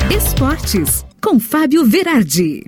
Esportes, com Fábio Verardi.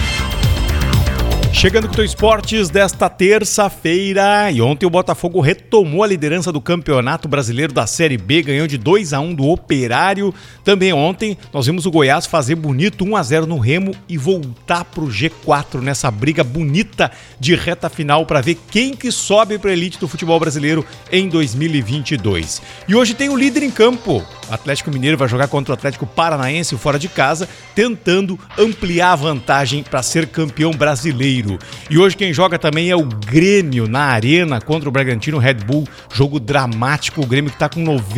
Chegando com o Teu Esportes desta terça-feira, e ontem o Botafogo retomou a liderança do Campeonato Brasileiro da Série B, ganhou de 2-1 do Operário. Também ontem nós vimos o Goiás fazer bonito 1-0 no Remo e voltar pro G4 nessa briga bonita de reta final para ver quem que sobe para a elite do futebol brasileiro em 2022. E hoje tem o líder em campo. O Atlético Mineiro vai jogar contra o Atlético Paranaense fora de casa, tentando ampliar a vantagem para ser campeão brasileiro. E hoje quem joga também é o Grêmio na Arena contra o Bragantino Red Bull. Jogo dramático, o Grêmio que está com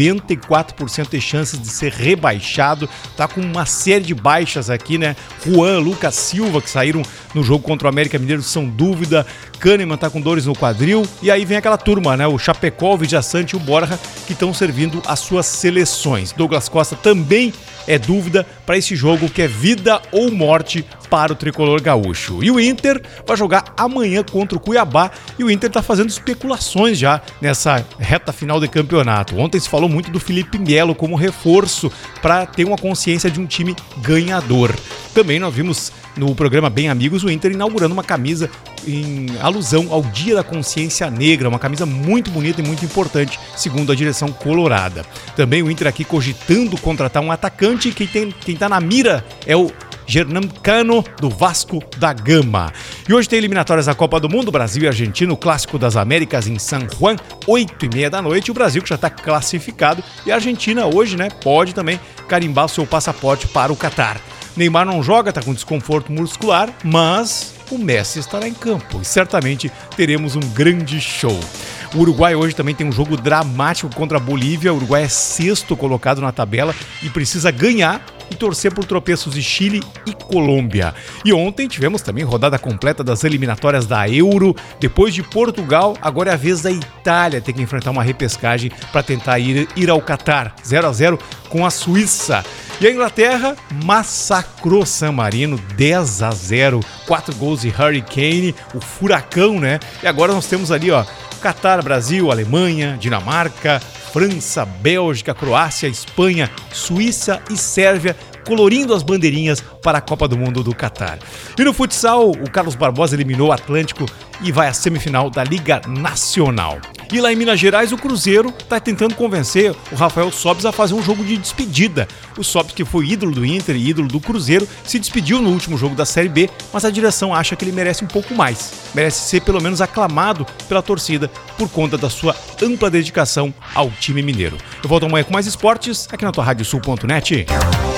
94% de chances de ser rebaixado. Está com uma série de baixas aqui, né? Juan, Lucas Silva, que saíram no jogo contra o América Mineiro, são dúvida. Kahneman está com dores no quadril. E aí vem aquela turma, né? O Chapecó, o Vidiaçante e o Borja, que estão servindo as suas seleções. Douglas Costa também é dúvida para esse jogo que é vida ou morte para o tricolor gaúcho. E o Inter vai jogar amanhã contra o Cuiabá e o Inter está fazendo especulações já nessa reta final de campeonato. Ontem se falou muito do Felipe Melo como reforço para ter uma consciência de um time ganhador. Também nós vimos no programa Bem Amigos o Inter inaugurando uma camisa em alusão ao Dia da Consciência Negra, uma camisa muito bonita e muito importante, segundo a direção colorada. Também o Inter aqui cogitando contratar um atacante, quem está na mira é o Gernan Cano, do Vasco da Gama. E hoje tem eliminatórias da Copa do Mundo, Brasil e Argentina, o Clássico das Américas em San Juan, 8h30 da noite. O Brasil que já está classificado e a Argentina hoje, né, pode também carimbar o seu passaporte para o Catar. Neymar não joga, está com desconforto muscular, mas o Messi estará em campo e certamente teremos um grande show. O Uruguai hoje também tem um jogo dramático contra a Bolívia. O Uruguai é 6º colocado na tabela e precisa ganhar e torcer por tropeços de Chile e Colômbia. E ontem tivemos também rodada completa das eliminatórias da Euro. Depois de Portugal, agora é a vez da Itália ter que enfrentar uma repescagem para tentar ir ao Catar. 0-0 com a Suíça. E a Inglaterra massacrou San Marino 10-0, 4 gols de Harry Kane, o furacão, né? E agora nós temos ali, ó, Catar, Brasil, Alemanha, Dinamarca, França, Bélgica, Croácia, Espanha, Suíça e Sérvia, colorindo as bandeirinhas para a Copa do Mundo do Catar. E no futsal, o Carlos Barbosa eliminou o Atlântico e vai à semifinal da Liga Nacional. E lá em Minas Gerais, o Cruzeiro está tentando convencer o Rafael Sobis a fazer um jogo de despedida. O Sobis, que foi ídolo do Inter e ídolo do Cruzeiro, se despediu no último jogo da Série B, mas a direção acha que ele merece um pouco mais. Merece ser pelo menos aclamado pela torcida por conta da sua ampla dedicação ao time mineiro. Eu volto amanhã com mais esportes aqui na tua Radiosul.net.